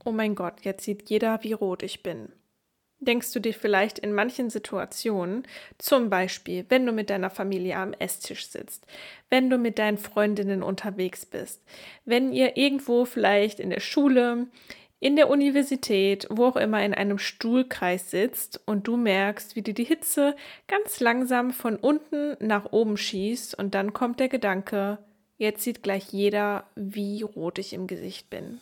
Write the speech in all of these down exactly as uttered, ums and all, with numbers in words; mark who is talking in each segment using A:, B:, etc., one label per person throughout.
A: oh mein Gott, jetzt sieht jeder, wie rot ich bin. Denkst du dir vielleicht in manchen Situationen, zum Beispiel, wenn du mit deiner Familie am Esstisch sitzt, wenn du mit deinen Freundinnen unterwegs bist, wenn ihr irgendwo vielleicht in der Schule, in der Universität, wo auch immer in einem Stuhlkreis sitzt und du merkst, wie dir die Hitze ganz langsam von unten nach oben schießt und dann kommt der Gedanke, jetzt sieht gleich jeder, wie rot ich im Gesicht bin.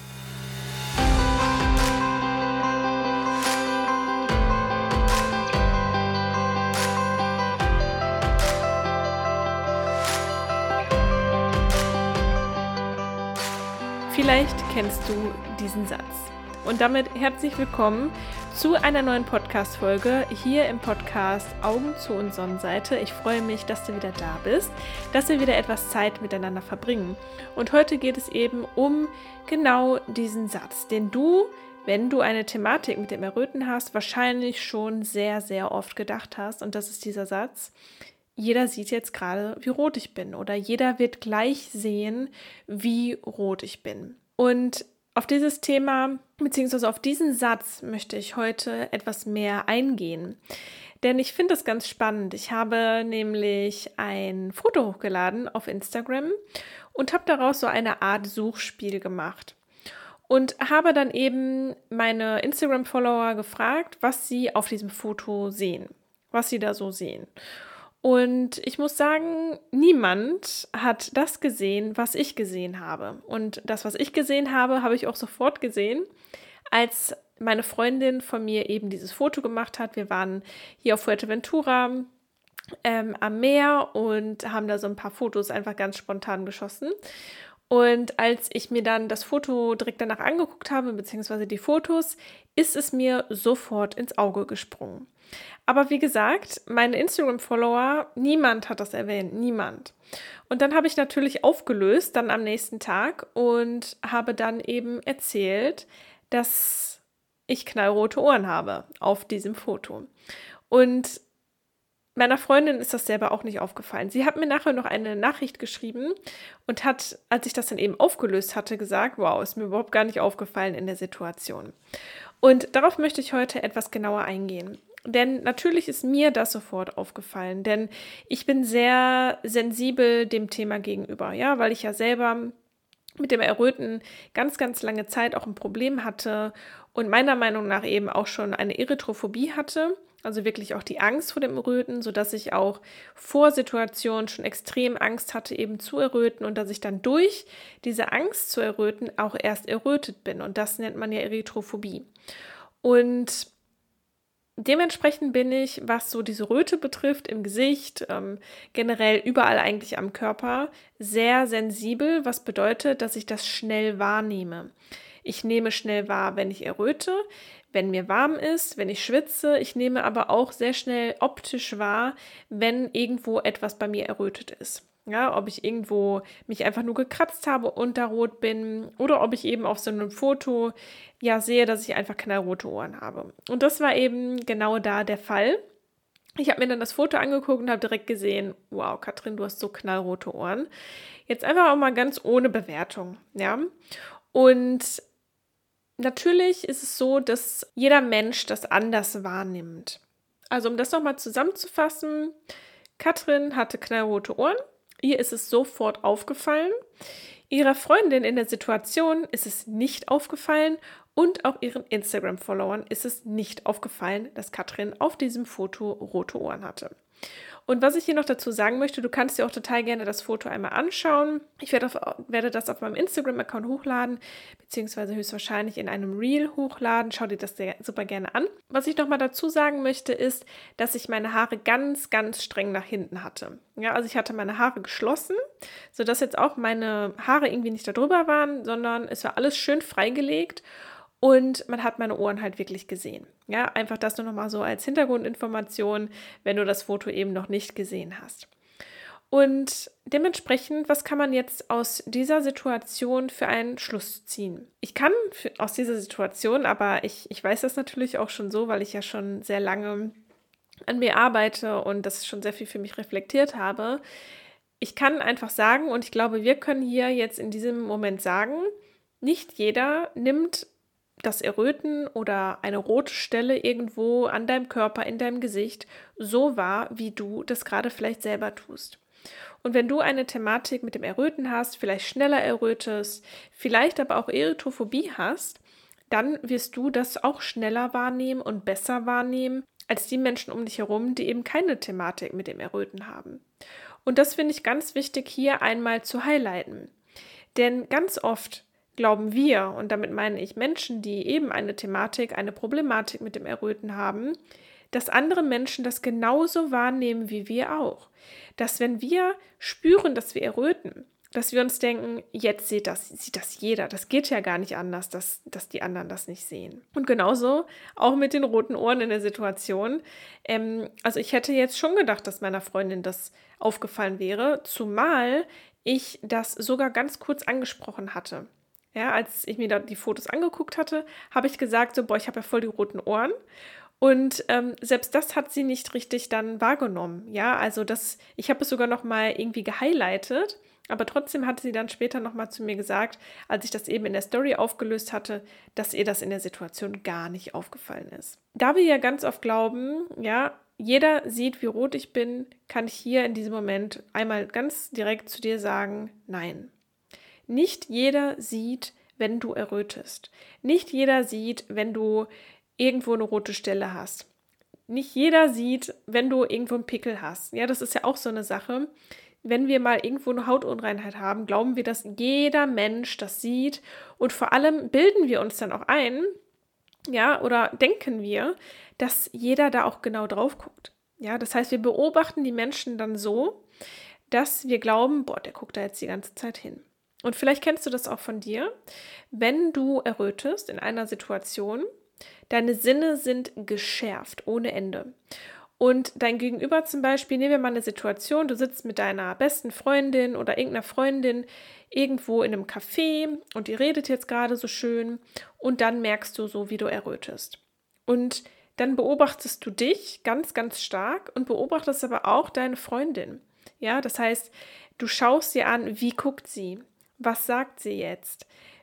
A: Vielleicht kennst du diesen Satz. Und damit herzlich willkommen zu einer neuen Podcast-Folge hier im Podcast Augen zu und Sonnenseite. Ich freue mich, dass du wieder da bist, dass wir wieder etwas Zeit miteinander verbringen. Und heute geht es eben um genau diesen Satz, den du, wenn du eine Thematik mit dem Erröten hast, wahrscheinlich schon sehr, sehr oft gedacht hast. Und das ist dieser Satz: Jeder sieht jetzt gerade, wie rot ich bin, oder jeder wird gleich sehen, wie rot ich bin. Und auf dieses Thema, beziehungsweise auf diesen Satz möchte ich heute etwas mehr eingehen. Denn ich finde das ganz spannend. Ich habe nämlich ein Foto hochgeladen auf Instagram und habe daraus so eine Art Suchspiel gemacht. Und habe dann eben meine Instagram-Follower gefragt, was sie auf diesem Foto sehen, was sie da so sehen. Und ich muss sagen, niemand hat das gesehen, was ich gesehen habe. Und das, was ich gesehen habe, habe ich auch sofort gesehen, als meine Freundin von mir eben dieses Foto gemacht hat. Wir waren hier auf Fuerteventura ähm, am Meer und haben da so ein paar Fotos einfach ganz spontan geschossen. Und als ich mir dann das Foto direkt danach angeguckt habe, beziehungsweise die Fotos, ist es mir sofort ins Auge gesprungen. Aber wie gesagt, meine Instagram-Follower, niemand hat das erwähnt, niemand. Und dann habe ich natürlich aufgelöst, dann am nächsten Tag, und habe dann eben erzählt, dass ich knallrote Ohren habe auf diesem Foto. Und meiner Freundin ist das selber auch nicht aufgefallen. Sie hat mir nachher noch eine Nachricht geschrieben und hat, als ich das dann eben aufgelöst hatte, gesagt, wow, ist mir überhaupt gar nicht aufgefallen in der Situation. Und darauf möchte ich heute etwas genauer eingehen. Denn natürlich ist mir das sofort aufgefallen, denn ich bin sehr sensibel dem Thema gegenüber, ja, weil ich ja selber mit dem Erröten ganz, ganz lange Zeit auch ein Problem hatte und meiner Meinung nach eben auch schon eine Erythrophobie hatte, also wirklich auch die Angst vor dem Erröten, sodass ich auch vor Situationen schon extrem Angst hatte, eben zu erröten, und dass ich dann durch diese Angst zu erröten auch erst errötet bin, und das nennt man ja Erythrophobie. Und dementsprechend bin ich, was so diese Röte betrifft, im Gesicht, ähm, generell überall eigentlich am Körper, sehr sensibel, was bedeutet, dass ich das schnell wahrnehme. Ich nehme schnell wahr, wenn ich erröte, wenn mir warm ist, wenn ich schwitze. Ich nehme aber auch sehr schnell optisch wahr, wenn irgendwo etwas bei mir errötet ist. Ja, ob ich irgendwo mich einfach nur gekratzt habe und da rot bin, oder ob ich eben auf so einem Foto ja sehe, dass ich einfach knallrote Ohren habe. Und das war eben genau da der Fall. Ich habe mir dann das Foto angeguckt und habe direkt gesehen, wow, Katrin, du hast so knallrote Ohren. Jetzt einfach auch mal ganz ohne Bewertung, ja. Und natürlich ist es so, dass jeder Mensch das anders wahrnimmt. Also um das nochmal zusammenzufassen, Katrin hatte knallrote Ohren. Ihr ist es sofort aufgefallen. Ihrer Freundin in der Situation ist es nicht aufgefallen, und auch ihren Instagram-Followern ist es nicht aufgefallen, dass Katrin auf diesem Foto rote Ohren hatte. Und was ich hier noch dazu sagen möchte, du kannst dir auch total gerne das Foto einmal anschauen. Ich werde, auf, werde das auf meinem Instagram-Account hochladen, beziehungsweise höchstwahrscheinlich in einem Reel hochladen. Schau dir das sehr, super gerne an. Was ich nochmal dazu sagen möchte, ist, dass ich meine Haare ganz, ganz streng nach hinten hatte. Ja, also ich hatte meine Haare geschlossen, sodass jetzt auch meine Haare irgendwie nicht da drüber waren, sondern es war alles schön freigelegt. Und man hat meine Ohren halt wirklich gesehen. Ja, einfach das nur nochmal so als Hintergrundinformation, wenn du das Foto eben noch nicht gesehen hast. Und dementsprechend, was kann man jetzt aus dieser Situation für einen Schluss ziehen? Ich kann für, aus dieser Situation, aber ich, ich weiß das natürlich auch schon so, weil ich ja schon sehr lange an mir arbeite und das schon sehr viel für mich reflektiert habe. Ich kann einfach sagen, und ich glaube, wir können hier jetzt in diesem Moment sagen, nicht jeder nimmt das Erröten oder eine rote Stelle irgendwo an deinem Körper, in deinem Gesicht so wahr, wie du das gerade vielleicht selber tust. Und wenn du eine Thematik mit dem Erröten hast, vielleicht schneller errötest, vielleicht aber auch Erythrophobie hast, dann wirst du das auch schneller wahrnehmen und besser wahrnehmen als die Menschen um dich herum, die eben keine Thematik mit dem Erröten haben. Und das finde ich ganz wichtig hier einmal zu highlighten. Denn ganz oft glauben wir, und damit meine ich Menschen, die eben eine Thematik, eine Problematik mit dem Erröten haben, dass andere Menschen das genauso wahrnehmen wie wir auch. Dass wenn wir spüren, dass wir erröten, dass wir uns denken, jetzt sieht das, sieht das jeder. Das geht ja gar nicht anders, dass, dass die anderen das nicht sehen. Und genauso auch mit den roten Ohren in der Situation. Ähm, also ich hätte jetzt schon gedacht, dass meiner Freundin das aufgefallen wäre, zumal ich das sogar ganz kurz angesprochen hatte. Ja, als ich mir da die Fotos angeguckt hatte, habe ich gesagt, so, boah, ich habe ja voll die roten Ohren. Und ähm, selbst das hat sie nicht richtig dann wahrgenommen. Ja, also das, ich habe es sogar noch mal irgendwie gehighlightet, aber trotzdem hatte sie dann später noch mal zu mir gesagt, als ich das eben in der Story aufgelöst hatte, dass ihr das in der Situation gar nicht aufgefallen ist. Da wir ja ganz oft glauben, ja, jeder sieht, wie rot ich bin, kann ich hier in diesem Moment einmal ganz direkt zu dir sagen, nein. Nicht jeder sieht, wenn du errötest. Nicht jeder sieht, wenn du irgendwo eine rote Stelle hast. Nicht jeder sieht, wenn du irgendwo einen Pickel hast. Ja, das ist ja auch so eine Sache. Wenn wir mal irgendwo eine Hautunreinheit haben, glauben wir, dass jeder Mensch das sieht. Und vor allem bilden wir uns dann auch ein, ja, oder denken wir, dass jeder da auch genau drauf guckt. Ja, das heißt, wir beobachten die Menschen dann so, dass wir glauben, boah, der guckt da jetzt die ganze Zeit hin. Und vielleicht kennst du das auch von dir, wenn du errötest in einer Situation, deine Sinne sind geschärft ohne Ende. Und dein Gegenüber zum Beispiel, nehmen wir mal eine Situation, du sitzt mit deiner besten Freundin oder irgendeiner Freundin irgendwo in einem Café und ihr redet jetzt gerade so schön und dann merkst du so, wie du errötest. Und dann beobachtest du dich ganz, ganz stark und beobachtest aber auch deine Freundin. Ja, das heißt, du schaust sie an, wie guckt sie? Was sagt sie jetzt?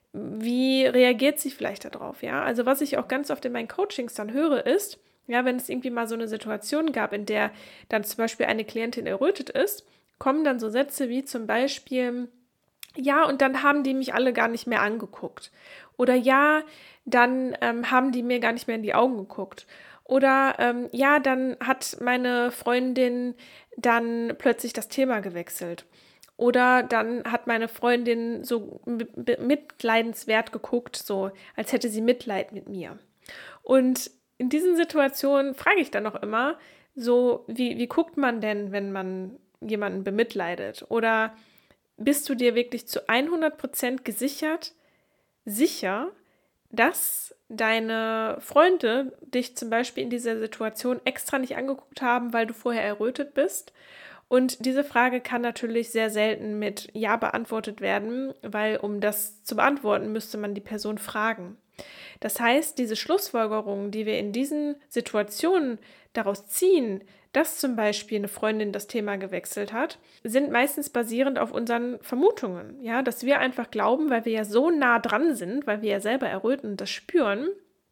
A: Wie reagiert sie vielleicht darauf? Ja, also was ich auch ganz oft in meinen Coachings dann höre ist, ja, wenn es irgendwie mal so eine Situation gab, in der dann zum Beispiel eine Klientin errötet ist, kommen dann so Sätze wie zum Beispiel, ja, und dann haben die mich alle gar nicht mehr angeguckt. Oder ja, dann ähm, haben die mir gar nicht mehr in die Augen geguckt. Oder ähm, ja, dann hat meine Freundin dann plötzlich das Thema gewechselt. Oder dann hat meine Freundin so mitleidenswert geguckt, so als hätte sie Mitleid mit mir. Und in diesen Situationen frage ich dann auch immer, so wie, wie guckt man denn, wenn man jemanden bemitleidet? Oder bist du dir wirklich zu hundert Prozent gesichert, sicher, dass deine Freunde dich zum Beispiel in dieser Situation extra nicht angeguckt haben, weil du vorher errötet bist? Und diese Frage kann natürlich sehr selten mit Ja beantwortet werden, weil um das zu beantworten, müsste man die Person fragen. Das heißt, diese Schlussfolgerungen, die wir in diesen Situationen daraus ziehen, dass zum Beispiel eine Freundin das Thema gewechselt hat, sind meistens basierend auf unseren Vermutungen. Ja, dass wir einfach glauben, weil wir ja so nah dran sind, weil wir ja selber erröten und das spüren,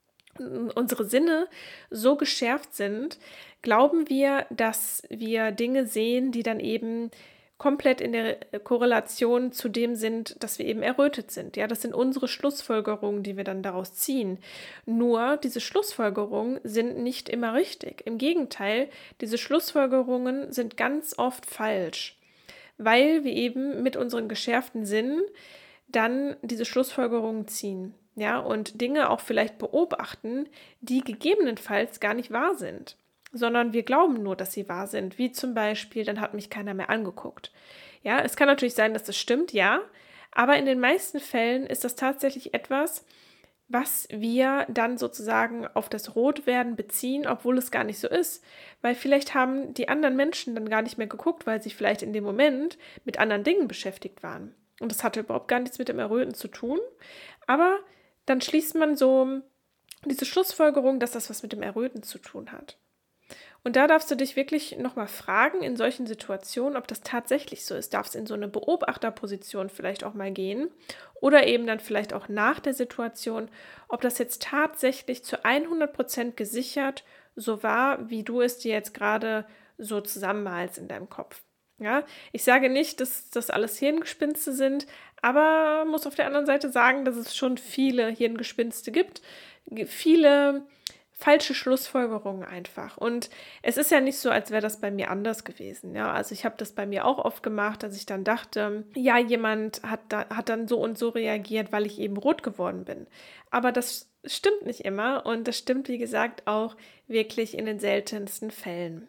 A: unsere Sinne so geschärft sind, glauben wir, dass wir Dinge sehen, die dann eben komplett in der Korrelation zu dem sind, dass wir eben errötet sind. Ja, das sind unsere Schlussfolgerungen, die wir dann daraus ziehen. Nur diese Schlussfolgerungen sind nicht immer richtig. Im Gegenteil, diese Schlussfolgerungen sind ganz oft falsch, weil wir eben mit unseren geschärften Sinnen dann diese Schlussfolgerungen ziehen. Ja, und Dinge auch vielleicht beobachten, die gegebenenfalls gar nicht wahr sind, sondern wir glauben nur, dass sie wahr sind, wie zum Beispiel, dann hat mich keiner mehr angeguckt. Ja, es kann natürlich sein, dass das stimmt, ja, aber in den meisten Fällen ist das tatsächlich etwas, was wir dann sozusagen auf das Rotwerden beziehen, obwohl es gar nicht so ist, weil vielleicht haben die anderen Menschen dann gar nicht mehr geguckt, weil sie vielleicht in dem Moment mit anderen Dingen beschäftigt waren. Und das hatte überhaupt gar nichts mit dem Erröten zu tun, aber dann schließt man so diese Schlussfolgerung, dass das was mit dem Erröten zu tun hat. Und da darfst du dich wirklich nochmal fragen in solchen Situationen, ob das tatsächlich so ist. Darfst in so eine Beobachterposition vielleicht auch mal gehen oder eben dann vielleicht auch nach der Situation, ob das jetzt tatsächlich zu hundert Prozent gesichert so war, wie du es dir jetzt gerade so zusammenmalst in deinem Kopf. Ja, ich sage nicht, dass das alles Hirngespinste sind, aber muss auf der anderen Seite sagen, dass es schon viele Hirngespinste gibt, viele falsche Schlussfolgerungen einfach. Und es ist ja nicht so, als wäre das bei mir anders gewesen. Ja, also ich habe das bei mir auch oft gemacht, dass ich dann dachte, ja, jemand hat, da, hat dann so und so reagiert, weil ich eben rot geworden bin. Aber das stimmt nicht immer und das stimmt, wie gesagt, auch wirklich in den seltensten Fällen.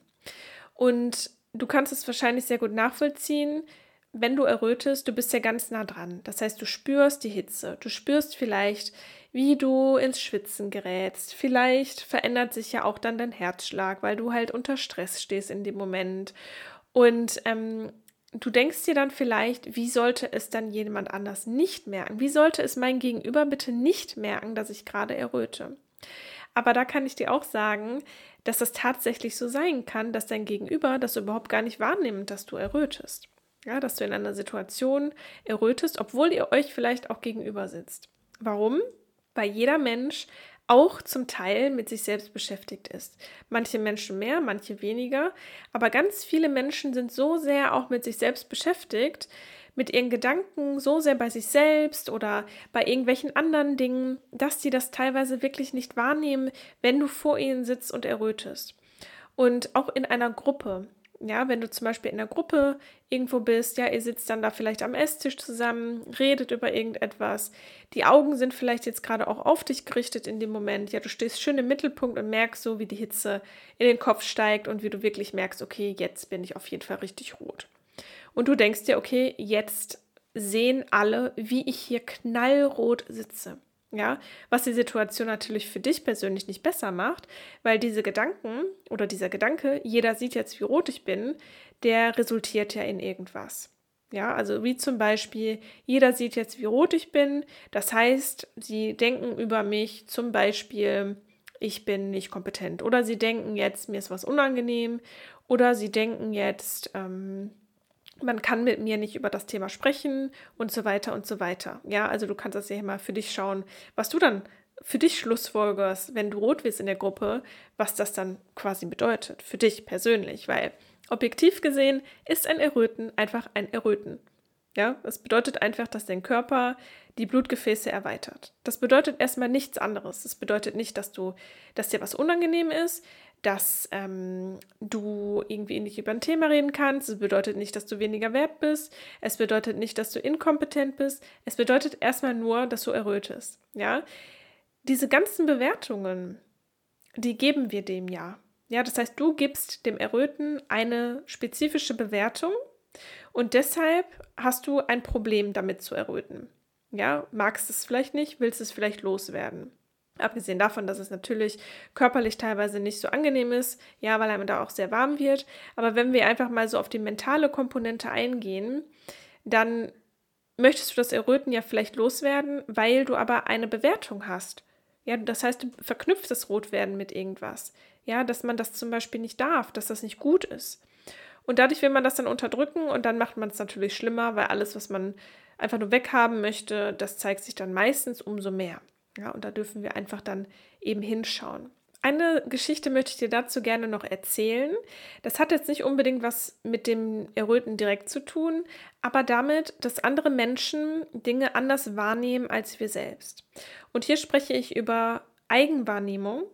A: Und du kannst es wahrscheinlich sehr gut nachvollziehen, wenn du errötest, du bist ja ganz nah dran. Das heißt, du spürst die Hitze, du spürst vielleicht, wie du ins Schwitzen gerätst. Vielleicht verändert sich ja auch dann dein Herzschlag, weil du halt unter Stress stehst in dem Moment. Und ähm, du denkst dir dann vielleicht, wie sollte es dann jemand anders nicht merken? Wie sollte es mein Gegenüber bitte nicht merken, dass ich gerade erröte? Aber da kann ich dir auch sagen, dass das tatsächlich so sein kann, dass dein Gegenüber das überhaupt gar nicht wahrnimmt, dass du errötest. Ja, dass du in einer Situation errötest, obwohl ihr euch vielleicht auch gegenüber sitzt. Warum? Weil jeder Mensch auch zum Teil mit sich selbst beschäftigt ist. Manche Menschen mehr, manche weniger, aber ganz viele Menschen sind so sehr auch mit sich selbst beschäftigt, mit ihren Gedanken so sehr bei sich selbst oder bei irgendwelchen anderen Dingen, dass sie das teilweise wirklich nicht wahrnehmen, wenn du vor ihnen sitzt und errötest. Und auch in einer Gruppe. Ja, wenn du zum Beispiel in einer Gruppe irgendwo bist, ja, ihr sitzt dann da vielleicht am Esstisch zusammen, redet über irgendetwas. Die Augen sind vielleicht jetzt gerade auch auf dich gerichtet in dem Moment. Ja, du stehst schön im Mittelpunkt und merkst so, wie die Hitze in den Kopf steigt und wie du wirklich merkst, okay, jetzt bin ich auf jeden Fall richtig rot. Und du denkst dir, okay, jetzt sehen alle, wie ich hier knallrot sitze. Ja, was die Situation natürlich für dich persönlich nicht besser macht, weil diese Gedanken oder dieser Gedanke, jeder sieht jetzt, wie rot ich bin, der resultiert ja in irgendwas. Ja, also wie zum Beispiel, jeder sieht jetzt, wie rot ich bin. Das heißt, sie denken über mich zum Beispiel, ich bin nicht kompetent. Oder sie denken jetzt, mir ist was unangenehm. Oder sie denken jetzt, ähm, man kann mit mir nicht über das Thema sprechen und so weiter und so weiter. Ja, also du kannst das ja immer für dich schauen, was du dann für dich schlussfolgerst, wenn du rot wirst in der Gruppe, was das dann quasi bedeutet, für dich persönlich, weil objektiv gesehen ist ein Erröten einfach ein Erröten. Ja, das bedeutet einfach, dass dein Körper die Blutgefäße erweitert. Das bedeutet erstmal nichts anderes. Das bedeutet nicht, dass du, dass dir was unangenehm ist, dass ähm, du irgendwie nicht über ein Thema reden kannst. Es bedeutet nicht, dass du weniger wert bist. Es bedeutet nicht, dass du inkompetent bist. Es bedeutet erstmal nur, dass du errötest. Ja? Diese ganzen Bewertungen, die geben wir dem ja. Ja, das heißt, du gibst dem Erröten eine spezifische Bewertung und deshalb hast du ein Problem damit zu erröten. Ja, magst es vielleicht nicht, willst es vielleicht loswerden. Abgesehen davon, dass es natürlich körperlich teilweise nicht so angenehm ist, ja, weil einem da auch sehr warm wird. Aber wenn wir einfach mal so auf die mentale Komponente eingehen, dann möchtest du das Erröten ja vielleicht loswerden, weil du aber eine Bewertung hast. Ja, das heißt, du verknüpfst das Rotwerden mit irgendwas. Ja, dass man das zum Beispiel nicht darf, dass das nicht gut ist. Und dadurch will man das dann unterdrücken und dann macht man es natürlich schlimmer, weil alles, was man einfach nur weghaben möchte, das zeigt sich dann meistens umso mehr. Ja, und da dürfen wir einfach dann eben hinschauen. Eine Geschichte möchte ich dir dazu gerne noch erzählen. Das hat jetzt nicht unbedingt was mit dem Erröten direkt zu tun, aber damit, dass andere Menschen Dinge anders wahrnehmen als wir selbst. Und hier spreche ich über Eigenwahrnehmung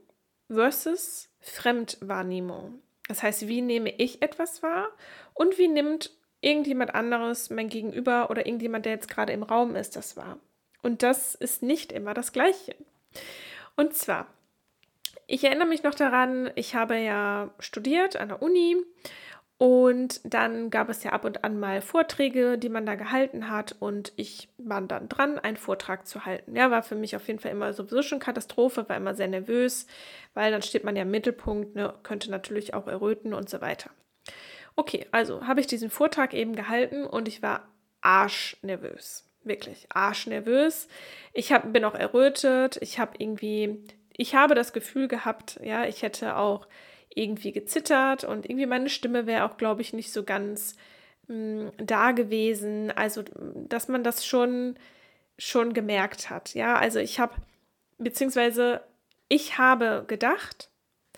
A: versus Fremdwahrnehmung. Das heißt, wie nehme ich etwas wahr und wie nimmt irgendjemand anderes, mein Gegenüber oder irgendjemand, der jetzt gerade im Raum ist, das wahr. Und das ist nicht immer das Gleiche. Und zwar, ich erinnere mich noch daran, ich habe ja studiert an der Uni und dann gab es ja ab und an mal Vorträge, die man da gehalten hat und ich war dann dran, einen Vortrag zu halten. Ja, war für mich auf jeden Fall immer sowieso schon Katastrophe, war immer sehr nervös, weil dann steht man ja im Mittelpunkt, ne, könnte natürlich auch erröten und so weiter. Okay, also habe ich diesen Vortrag eben gehalten und ich war arschnervös. Wirklich arschnervös. Ich hab, bin auch errötet. Ich habe irgendwie, ich habe das Gefühl gehabt, ja, ich hätte auch irgendwie gezittert und irgendwie meine Stimme wäre auch, glaube ich, nicht so ganz mh, da gewesen. Also, dass man das schon, schon gemerkt hat. Ja, also ich habe, beziehungsweise ich habe gedacht,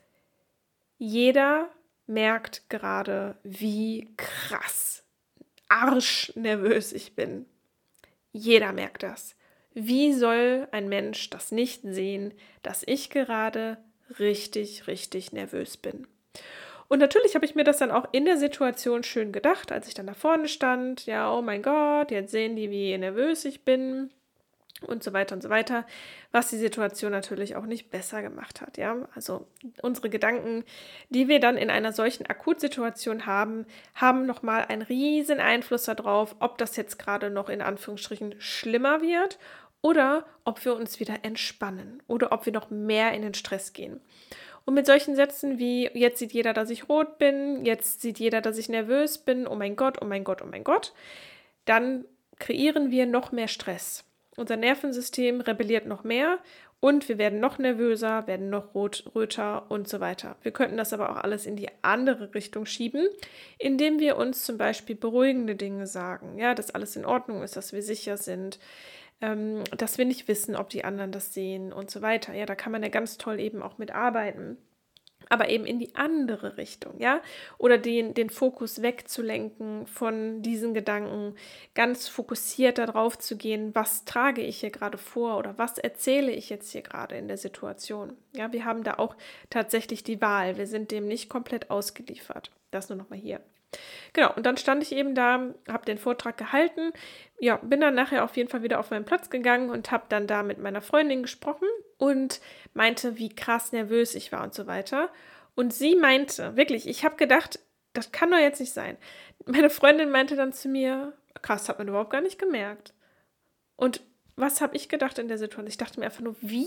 A: jeder merkt gerade, wie krass arschnervös ich bin. Jeder merkt das. Wie soll ein Mensch das nicht sehen, dass ich gerade richtig, richtig nervös bin? Und natürlich habe ich mir das dann auch in der Situation schön gedacht, als ich dann da vorne stand. Ja, oh mein Gott, jetzt sehen die, wie nervös ich bin und so weiter und so weiter, was die Situation natürlich auch nicht besser gemacht hat. Ja, also unsere Gedanken, die wir dann in einer solchen Akutsituation haben, haben nochmal einen riesen Einfluss darauf, ob das jetzt gerade noch in Anführungsstrichen schlimmer wird oder ob wir uns wieder entspannen oder ob wir noch mehr in den Stress gehen. Und mit solchen Sätzen wie, jetzt sieht jeder, dass ich rot bin, jetzt sieht jeder, dass ich nervös bin, oh mein Gott, oh mein Gott, oh mein Gott, dann kreieren wir noch mehr Stress. Unser Nervensystem rebelliert noch mehr und wir werden noch nervöser, werden noch rot, röter und so weiter. Wir könnten das aber auch alles in die andere Richtung schieben, indem wir uns zum Beispiel beruhigende Dinge sagen, ja, dass alles in Ordnung ist, dass wir sicher sind, ähm, dass wir nicht wissen, ob die anderen das sehen und so weiter. Ja, da kann man ja ganz toll eben auch mitarbeiten. Aber eben in die andere Richtung, ja, oder den, den Fokus wegzulenken von diesen Gedanken, ganz fokussiert darauf zu gehen, was trage ich hier gerade vor oder was erzähle ich jetzt hier gerade in der Situation. Ja, wir haben da auch tatsächlich die Wahl, wir sind dem nicht komplett ausgeliefert. Das nur nochmal hier. Genau, und dann stand ich eben da, habe den Vortrag gehalten, ja, bin dann nachher auf jeden Fall wieder auf meinen Platz gegangen und habe dann da mit meiner Freundin gesprochen und meinte, wie krass nervös ich war und so weiter. Und sie meinte, wirklich, ich habe gedacht, das kann doch jetzt nicht sein. Meine Freundin meinte dann zu mir, krass, hat man überhaupt gar nicht gemerkt. Und was habe ich gedacht in der Situation? Ich dachte mir einfach nur, wie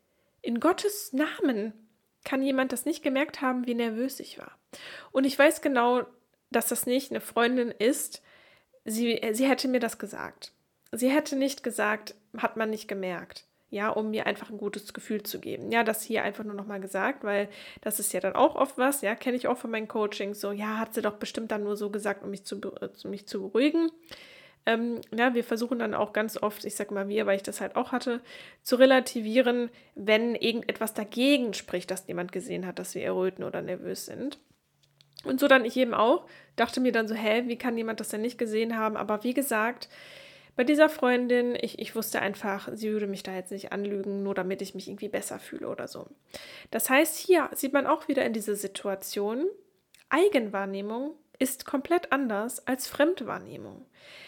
A: in Gottes Namen kann jemand das nicht gemerkt haben, wie nervös ich war? Und ich weiß genau, dass das nicht eine Freundin ist. Sie, sie hätte mir das gesagt. Sie hätte nicht gesagt, hat man nicht gemerkt. Ja, um mir einfach ein gutes Gefühl zu geben. Ja, das hier einfach nur nochmal gesagt, weil das ist ja dann auch oft was, ja, kenne ich auch von meinen Coachings, so, ja, hat sie doch bestimmt dann nur so gesagt, um mich zu, um mich zu beruhigen. Ähm, ja, wir versuchen dann auch ganz oft, ich sag mal wir, weil ich das halt auch hatte, zu relativieren, wenn irgendetwas dagegen spricht, dass jemand gesehen hat, dass wir erröten oder nervös sind. Und so dann ich eben auch, dachte mir dann so, hä, wie kann jemand das denn nicht gesehen haben? Aber wie gesagt, bei dieser Freundin, ich, ich wusste einfach, sie würde mich da jetzt nicht anlügen, nur damit ich mich irgendwie besser fühle oder so. Das heißt, hier sieht man auch wieder in dieser Situation, Eigenwahrnehmung ist komplett anders als Fremdwahrnehmung.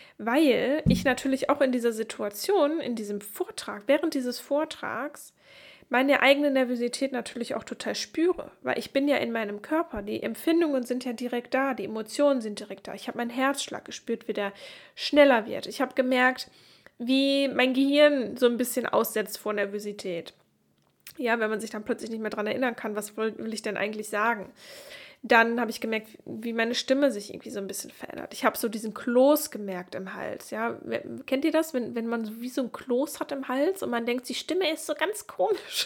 A: Weil ich natürlich auch in dieser Situation, in diesem Vortrag, während dieses Vortrags, meine eigene Nervosität natürlich auch total spüre, weil ich bin ja in meinem Körper, die Empfindungen sind ja direkt da, die Emotionen sind direkt da. Ich habe meinen Herzschlag gespürt, wie der schneller wird. Ich habe gemerkt, wie mein Gehirn so ein bisschen aussetzt vor Nervosität. Ja, wenn man sich dann plötzlich nicht mehr daran erinnern kann, was will, will ich denn eigentlich sagen? Dann habe ich gemerkt, wie meine Stimme sich irgendwie so ein bisschen verändert. Ich habe so diesen Kloß gemerkt im Hals. Ja, kennt ihr das, wenn, wenn man so wie so ein Kloß hat im Hals und man denkt, die Stimme ist so ganz komisch.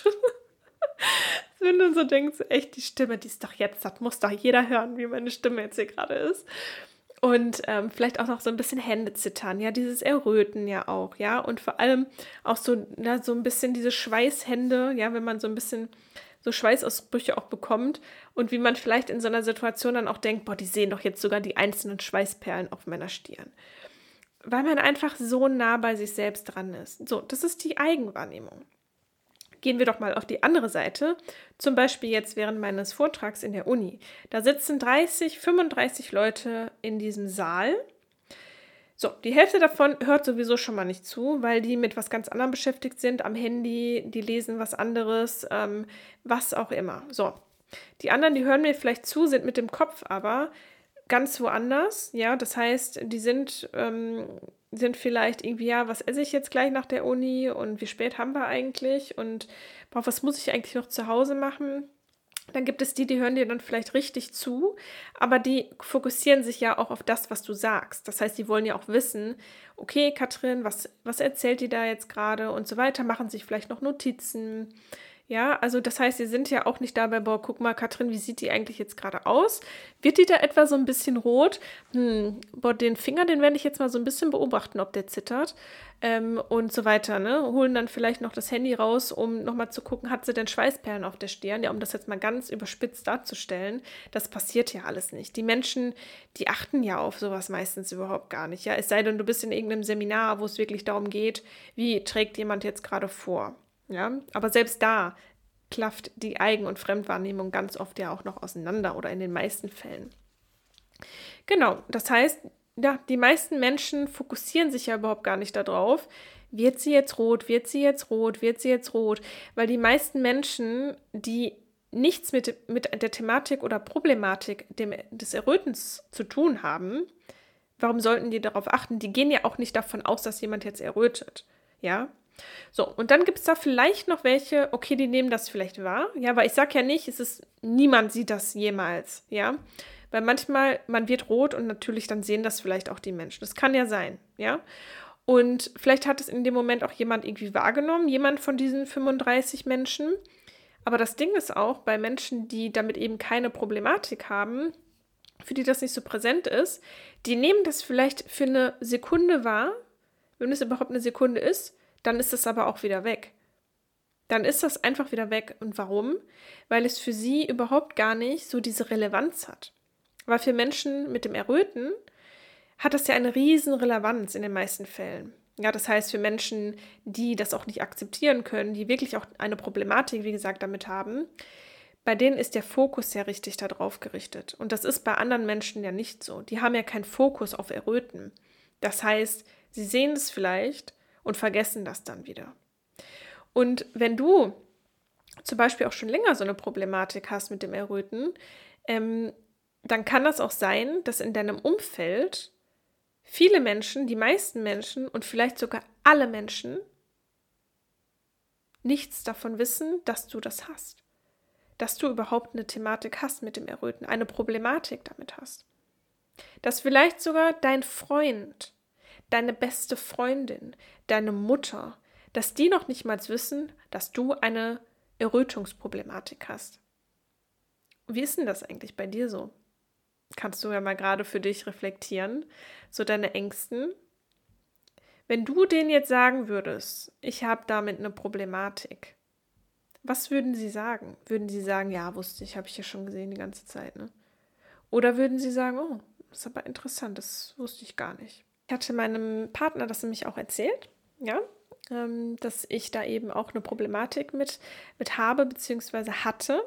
A: Wenn du so denkst, echt, die Stimme, die ist doch jetzt, das muss doch jeder hören, wie meine Stimme jetzt hier gerade ist. Und ähm, vielleicht auch noch so ein bisschen Hände zittern, ja, dieses Erröten ja auch, ja. Und vor allem auch so, na, so ein bisschen diese Schweißhände, ja, wenn man so ein bisschen so Schweißausbrüche auch bekommt und wie man vielleicht in so einer Situation dann auch denkt, boah, die sehen doch jetzt sogar die einzelnen Schweißperlen auf meiner Stirn. Weil man einfach so nah bei sich selbst dran ist. So, das ist die Eigenwahrnehmung. Gehen wir doch mal auf die andere Seite, zum Beispiel jetzt während meines Vortrags in der Uni. Da sitzen dreißig, fünfunddreißig Leute in diesem Saal. So, die Hälfte davon hört sowieso schon mal nicht zu, weil die mit was ganz anderem beschäftigt sind, am Handy, die lesen was anderes, ähm, was auch immer. So, die anderen, die hören mir vielleicht zu, sind mit dem Kopf aber ganz woanders, ja, das heißt, die sind, ähm, sind vielleicht irgendwie, ja, was esse ich jetzt gleich nach der Uni und wie spät haben wir eigentlich und boah, was muss ich eigentlich noch zu Hause machen? Dann gibt es die, die hören dir dann vielleicht richtig zu, aber die fokussieren sich ja auch auf das, was du sagst. Das heißt, die wollen ja auch wissen, okay, Katrin, was, was erzählt die da jetzt gerade und so weiter, machen sich vielleicht noch Notizen. Ja, also das heißt, sie sind ja auch nicht dabei, boah, guck mal, Katrin, wie sieht die eigentlich jetzt gerade aus? Wird die da etwa so ein bisschen rot? Hm, boah, den Finger, den werde ich jetzt mal so ein bisschen beobachten, ob der zittert ähm, und so weiter, ne? Holen dann vielleicht noch das Handy raus, um nochmal zu gucken, hat sie denn Schweißperlen auf der Stirn? Ja, um das jetzt mal ganz überspitzt darzustellen, das passiert ja alles nicht. Die Menschen, die achten ja auf sowas meistens überhaupt gar nicht, ja? Es sei denn, du bist in irgendeinem Seminar, wo es wirklich darum geht, wie trägt jemand jetzt gerade vor? Ja, aber selbst da klafft die Eigen- und Fremdwahrnehmung ganz oft ja auch noch auseinander oder in den meisten Fällen. Genau, das heißt, ja, die meisten Menschen fokussieren sich ja überhaupt gar nicht darauf, wird sie jetzt rot, wird sie jetzt rot, wird sie jetzt rot, weil die meisten Menschen, die nichts mit, mit der Thematik oder Problematik dem, des Errötens zu tun haben, warum sollten die darauf achten? Die gehen ja auch nicht davon aus, dass jemand jetzt errötet, ja. So, und dann gibt es da vielleicht noch welche, okay, die nehmen das vielleicht wahr, ja, weil ich sage ja nicht, es ist, niemand sieht das jemals, ja, weil manchmal, man wird rot und natürlich dann sehen das vielleicht auch die Menschen, das kann ja sein, ja, und vielleicht hat es in dem Moment auch jemand irgendwie wahrgenommen, jemand von diesen fünfunddreißig Menschen, aber das Ding ist auch, bei Menschen, die damit eben keine Problematik haben, für die das nicht so präsent ist, die nehmen das vielleicht für eine Sekunde wahr, wenn es überhaupt eine Sekunde ist, dann ist es aber auch wieder weg. Dann ist das einfach wieder weg. Und warum? Weil es für sie überhaupt gar nicht so diese Relevanz hat. Weil für Menschen mit dem Erröten hat das ja eine riesen Relevanz in den meisten Fällen. Ja, das heißt, für Menschen, die das auch nicht akzeptieren können, die wirklich auch eine Problematik, wie gesagt, damit haben, bei denen ist der Fokus ja richtig darauf gerichtet. Und das ist bei anderen Menschen ja nicht so. Die haben ja keinen Fokus auf Erröten. Das heißt, sie sehen es vielleicht und vergessen das dann wieder. Und wenn du zum Beispiel auch schon länger so eine Problematik hast mit dem Erröten, ähm, dann kann das auch sein, dass in deinem Umfeld viele Menschen, die meisten Menschen und vielleicht sogar alle Menschen nichts davon wissen, dass du das hast. Dass du überhaupt eine Thematik hast mit dem Erröten, eine Problematik damit hast. Dass vielleicht sogar dein Freund, deine beste Freundin, deine Mutter, dass die noch nicht mal wissen, dass du eine Errötungsproblematik hast. Wie ist denn das eigentlich bei dir so? Kannst du ja mal gerade für dich reflektieren, so deine Ängsten. Wenn du denen jetzt sagen würdest, ich habe damit eine Problematik, was würden sie sagen? Würden sie sagen, ja, wusste ich, habe ich ja schon gesehen die ganze Zeit, ne? Oder würden sie sagen, oh, das ist aber interessant, das wusste ich gar nicht. Ich hatte meinem Partner das nämlich auch erzählt, ja, ähm, dass ich da eben auch eine Problematik mit, mit habe, beziehungsweise hatte.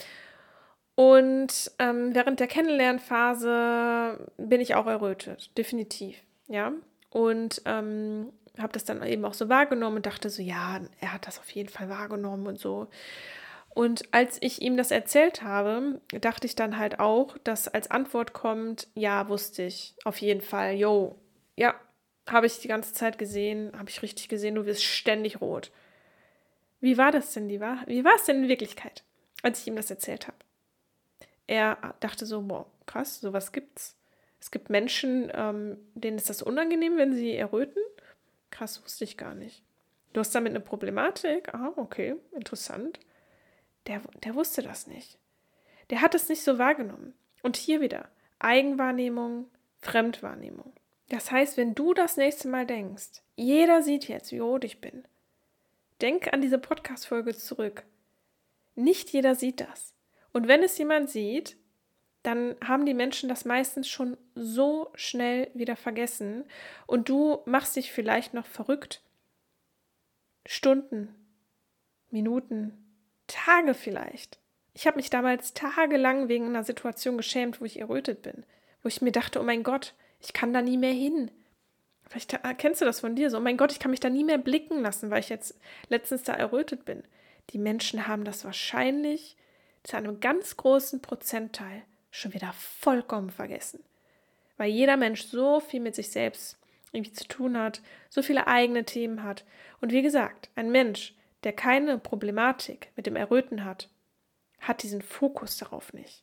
A: Und ähm, während der Kennenlernphase bin ich auch errötet, definitiv, ja. Und ähm, habe das dann eben auch so wahrgenommen und dachte so, ja, er hat das auf jeden Fall wahrgenommen und so. Und als ich ihm das erzählt habe, dachte ich dann halt auch, dass als Antwort kommt, ja, wusste ich, auf jeden Fall, yo, ja, habe ich die ganze Zeit gesehen, habe ich richtig gesehen, du wirst ständig rot. Wie war das denn, die Wahr- wie war es denn in Wirklichkeit, als ich ihm das erzählt habe? Er dachte so, boah, krass, sowas gibt's. Es gibt Menschen, ähm, denen ist das unangenehm, wenn sie erröten. Krass, wusste ich gar nicht. Du hast damit eine Problematik? Ah, okay, interessant. Der, der wusste das nicht. Der hat es nicht so wahrgenommen. Und hier wieder, Eigenwahrnehmung, Fremdwahrnehmung. Das heißt, wenn du das nächste Mal denkst, jeder sieht jetzt, wie rot ich bin. Denk an diese Podcast-Folge zurück. Nicht jeder sieht das. Und wenn es jemand sieht, dann haben die Menschen das meistens schon so schnell wieder vergessen und du machst dich vielleicht noch verrückt. Stunden, Minuten, Tage vielleicht. Ich habe mich damals tagelang wegen einer Situation geschämt, wo ich errötet bin, wo ich mir dachte, oh mein Gott, ich kann da nie mehr hin. Vielleicht kennst du das von dir so, oh mein Gott, ich kann mich da nie mehr blicken lassen, weil ich jetzt letztens da errötet bin. Die Menschen haben das wahrscheinlich zu einem ganz großen Prozentteil schon wieder vollkommen vergessen. Weil jeder Mensch so viel mit sich selbst irgendwie zu tun hat, so viele eigene Themen hat. Und wie gesagt, ein Mensch, der keine Problematik mit dem Erröten hat, hat diesen Fokus darauf nicht.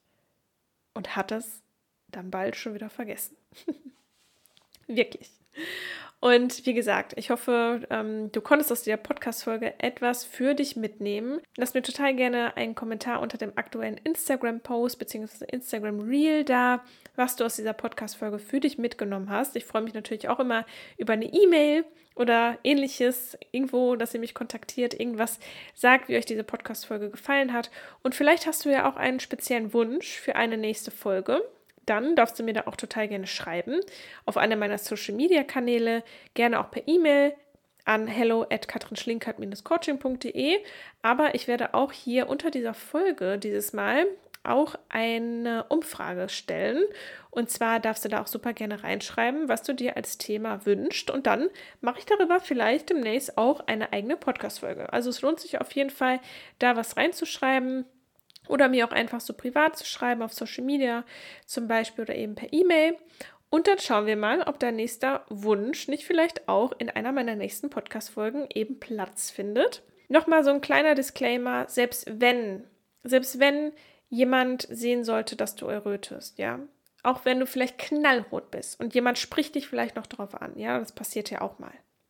A: Und hat es dann bald schon wieder vergessen. Wirklich. Und wie gesagt, ich hoffe, ähm, du konntest aus dieser Podcast-Folge etwas für dich mitnehmen. Lass mir total gerne einen Kommentar unter dem aktuellen Instagram-Post bzw. Instagram-Reel da, was du aus dieser Podcast-Folge für dich mitgenommen hast. Ich freue mich natürlich auch immer über eine E-Mail oder ähnliches, irgendwo, dass ihr mich kontaktiert, irgendwas sagt, wie euch diese Podcast-Folge gefallen hat. Und vielleicht hast du ja auch einen speziellen Wunsch für eine nächste Folge. Dann darfst du mir da auch total gerne schreiben auf einer meiner Social-Media-Kanäle, gerne auch per E-Mail an hello at katrinschlinkert coaching punkt de. Aber ich werde auch hier unter dieser Folge dieses Mal auch eine Umfrage stellen. Und zwar darfst du da auch super gerne reinschreiben, was du dir als Thema wünschst. Und dann mache ich darüber vielleicht demnächst auch eine eigene Podcast-Folge. Also es lohnt sich auf jeden Fall, da was reinzuschreiben. Oder mir auch einfach so privat zu schreiben auf Social Media zum Beispiel oder eben per E-Mail. Und dann schauen wir mal, ob dein nächster Wunsch nicht vielleicht auch in einer meiner nächsten Podcast-Folgen eben Platz findet. Nochmal so ein kleiner Disclaimer, selbst wenn, selbst wenn jemand sehen sollte, dass du errötest, ja, auch wenn du vielleicht knallrot bist und jemand spricht dich vielleicht noch darauf an, ja, das passiert ja auch mal.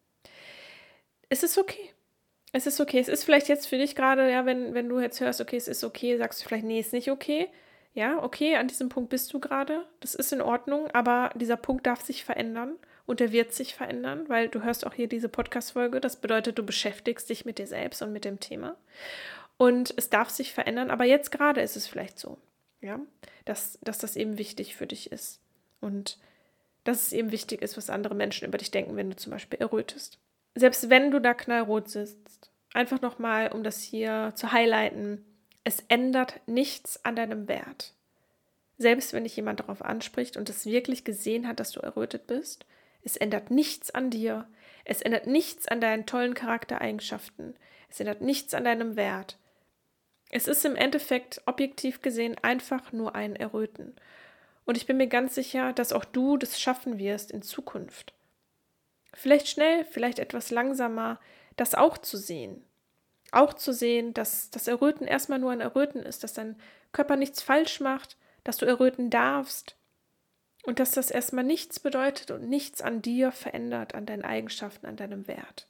A: Es ist okay. Es ist okay. Es ist vielleicht jetzt für dich gerade, ja, wenn, wenn du jetzt hörst, okay, es ist okay, sagst du vielleicht, nee, ist nicht okay. Ja, okay, an diesem Punkt bist du gerade. Das ist in Ordnung, aber dieser Punkt darf sich verändern und er wird sich verändern, weil du hörst auch hier diese Podcast-Folge. Das bedeutet, du beschäftigst dich mit dir selbst und mit dem Thema. Und es darf sich verändern, aber jetzt gerade ist es vielleicht so, ja, dass, dass das eben wichtig für dich ist. Und dass es eben wichtig ist, was andere Menschen über dich denken, wenn du zum Beispiel errötest. Selbst wenn du da knallrot sitzt, einfach nochmal, um das hier zu highlighten, es ändert nichts an deinem Wert. Selbst wenn dich jemand darauf anspricht und es wirklich gesehen hat, dass du errötet bist, es ändert nichts an dir, es ändert nichts an deinen tollen Charaktereigenschaften, es ändert nichts an deinem Wert. Es ist im Endeffekt objektiv gesehen einfach nur ein Erröten. Und ich bin mir ganz sicher, dass auch du das schaffen wirst in Zukunft. Vielleicht schnell, vielleicht etwas langsamer, das auch zu sehen. Auch zu sehen, dass das Erröten erstmal nur ein Erröten ist, dass dein Körper nichts falsch macht, dass du erröten darfst und dass das erstmal nichts bedeutet und nichts an dir verändert, an deinen Eigenschaften, an deinem Wert.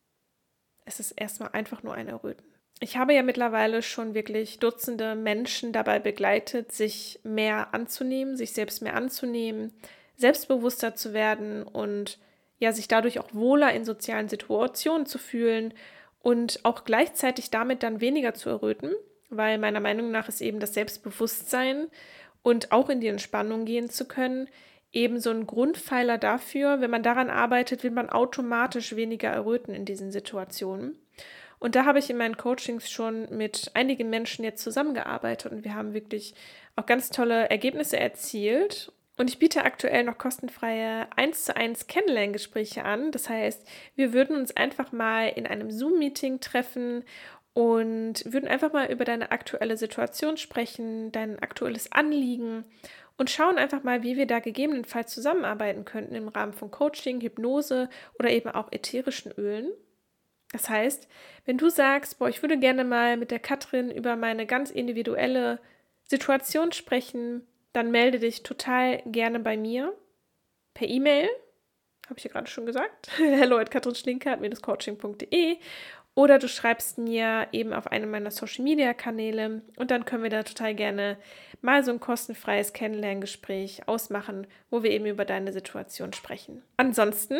A: Es ist erstmal einfach nur ein Erröten. Ich habe ja mittlerweile schon wirklich Dutzende Menschen dabei begleitet, sich mehr anzunehmen, sich selbst mehr anzunehmen, selbstbewusster zu werden und ja, sich dadurch auch wohler in sozialen Situationen zu fühlen und auch gleichzeitig damit dann weniger zu erröten, weil meiner Meinung nach ist eben das Selbstbewusstsein und auch in die Entspannung gehen zu können, eben so ein Grundpfeiler dafür, wenn man daran arbeitet, wird man automatisch weniger erröten in diesen Situationen. Und da habe ich in meinen Coachings schon mit einigen Menschen jetzt zusammengearbeitet und wir haben wirklich auch ganz tolle Ergebnisse erzielt. Und ich biete aktuell noch kostenfreie eins zu eins Kennenlerngespräche an. Das heißt, wir würden uns einfach mal in einem Zoom-Meeting treffen und würden einfach mal über deine aktuelle Situation sprechen, dein aktuelles Anliegen und schauen einfach mal, wie wir da gegebenenfalls zusammenarbeiten könnten im Rahmen von Coaching, Hypnose oder eben auch ätherischen Ölen. Das heißt, wenn du sagst, boah, ich würde gerne mal mit der Katrin über meine ganz individuelle Situation sprechen, dann melde dich total gerne bei mir per E-Mail, habe ich ja gerade schon gesagt, hello at katrinschlinkert coaching punkt de oder du schreibst mir eben auf einem meiner Social-Media-Kanäle und dann können wir da total gerne mal so ein kostenfreies Kennenlerngespräch ausmachen, wo wir eben über deine Situation sprechen. Ansonsten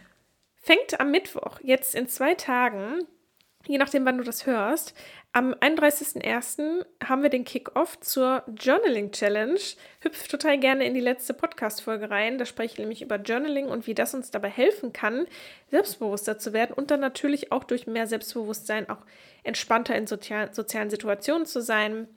A: fängt am Mittwoch, jetzt in zwei Tagen, je nachdem, wann du das hörst, am einunddreißigsten ersten haben wir den Kick-Off zur Journaling-Challenge. Hüpf total gerne in die letzte Podcast-Folge rein. Da spreche ich nämlich über Journaling und wie das uns dabei helfen kann, selbstbewusster zu werden und dann natürlich auch durch mehr Selbstbewusstsein auch entspannter in sozial- sozialen Situationen zu sein.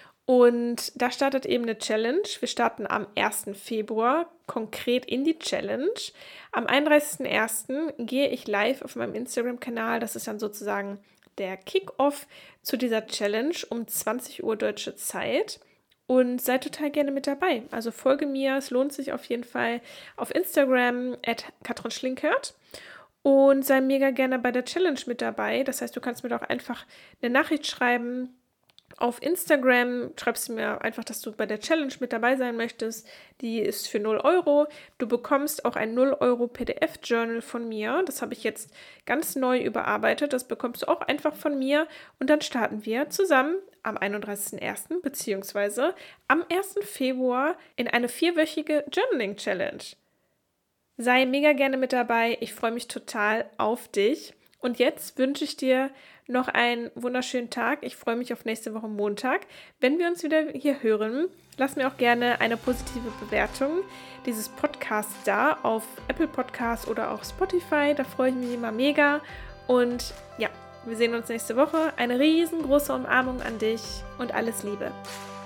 A: Und da startet eben eine Challenge. Wir starten am ersten Februar konkret in die Challenge. Am einunddreißigsten ersten gehe ich live auf meinem Instagram-Kanal. Das ist dann sozusagen der Kick-Off zu dieser Challenge um zwanzig Uhr deutsche Zeit. Und sei total gerne mit dabei. Also folge mir, es lohnt sich auf jeden Fall auf Instagram at katrinschlinkert. Und sei mega gerne bei der Challenge mit dabei. Das heißt, du kannst mir doch einfach eine Nachricht schreiben Auf Instagram schreibst du mir einfach, dass du bei der Challenge mit dabei sein möchtest. Die ist für null Euro. Du bekommst auch ein null Euro P D F-Journal von mir. Das habe ich jetzt ganz neu überarbeitet. Das bekommst du auch einfach von mir. Und dann starten wir zusammen am einunddreißigsten ersten beziehungsweise am ersten Februar in eine vierwöchige Journaling-Challenge. Sei mega gerne mit dabei. Ich freue mich total auf dich. Und jetzt wünsche ich dir noch einen wunderschönen Tag. Ich freue mich auf nächste Woche Montag. Wenn wir uns wieder hier hören, lass mir auch gerne eine positive Bewertung dieses Podcasts da auf Apple Podcasts oder auch Spotify. Da freue ich mich immer mega. Und ja, wir sehen uns nächste Woche. Eine riesengroße Umarmung an dich und alles Liebe.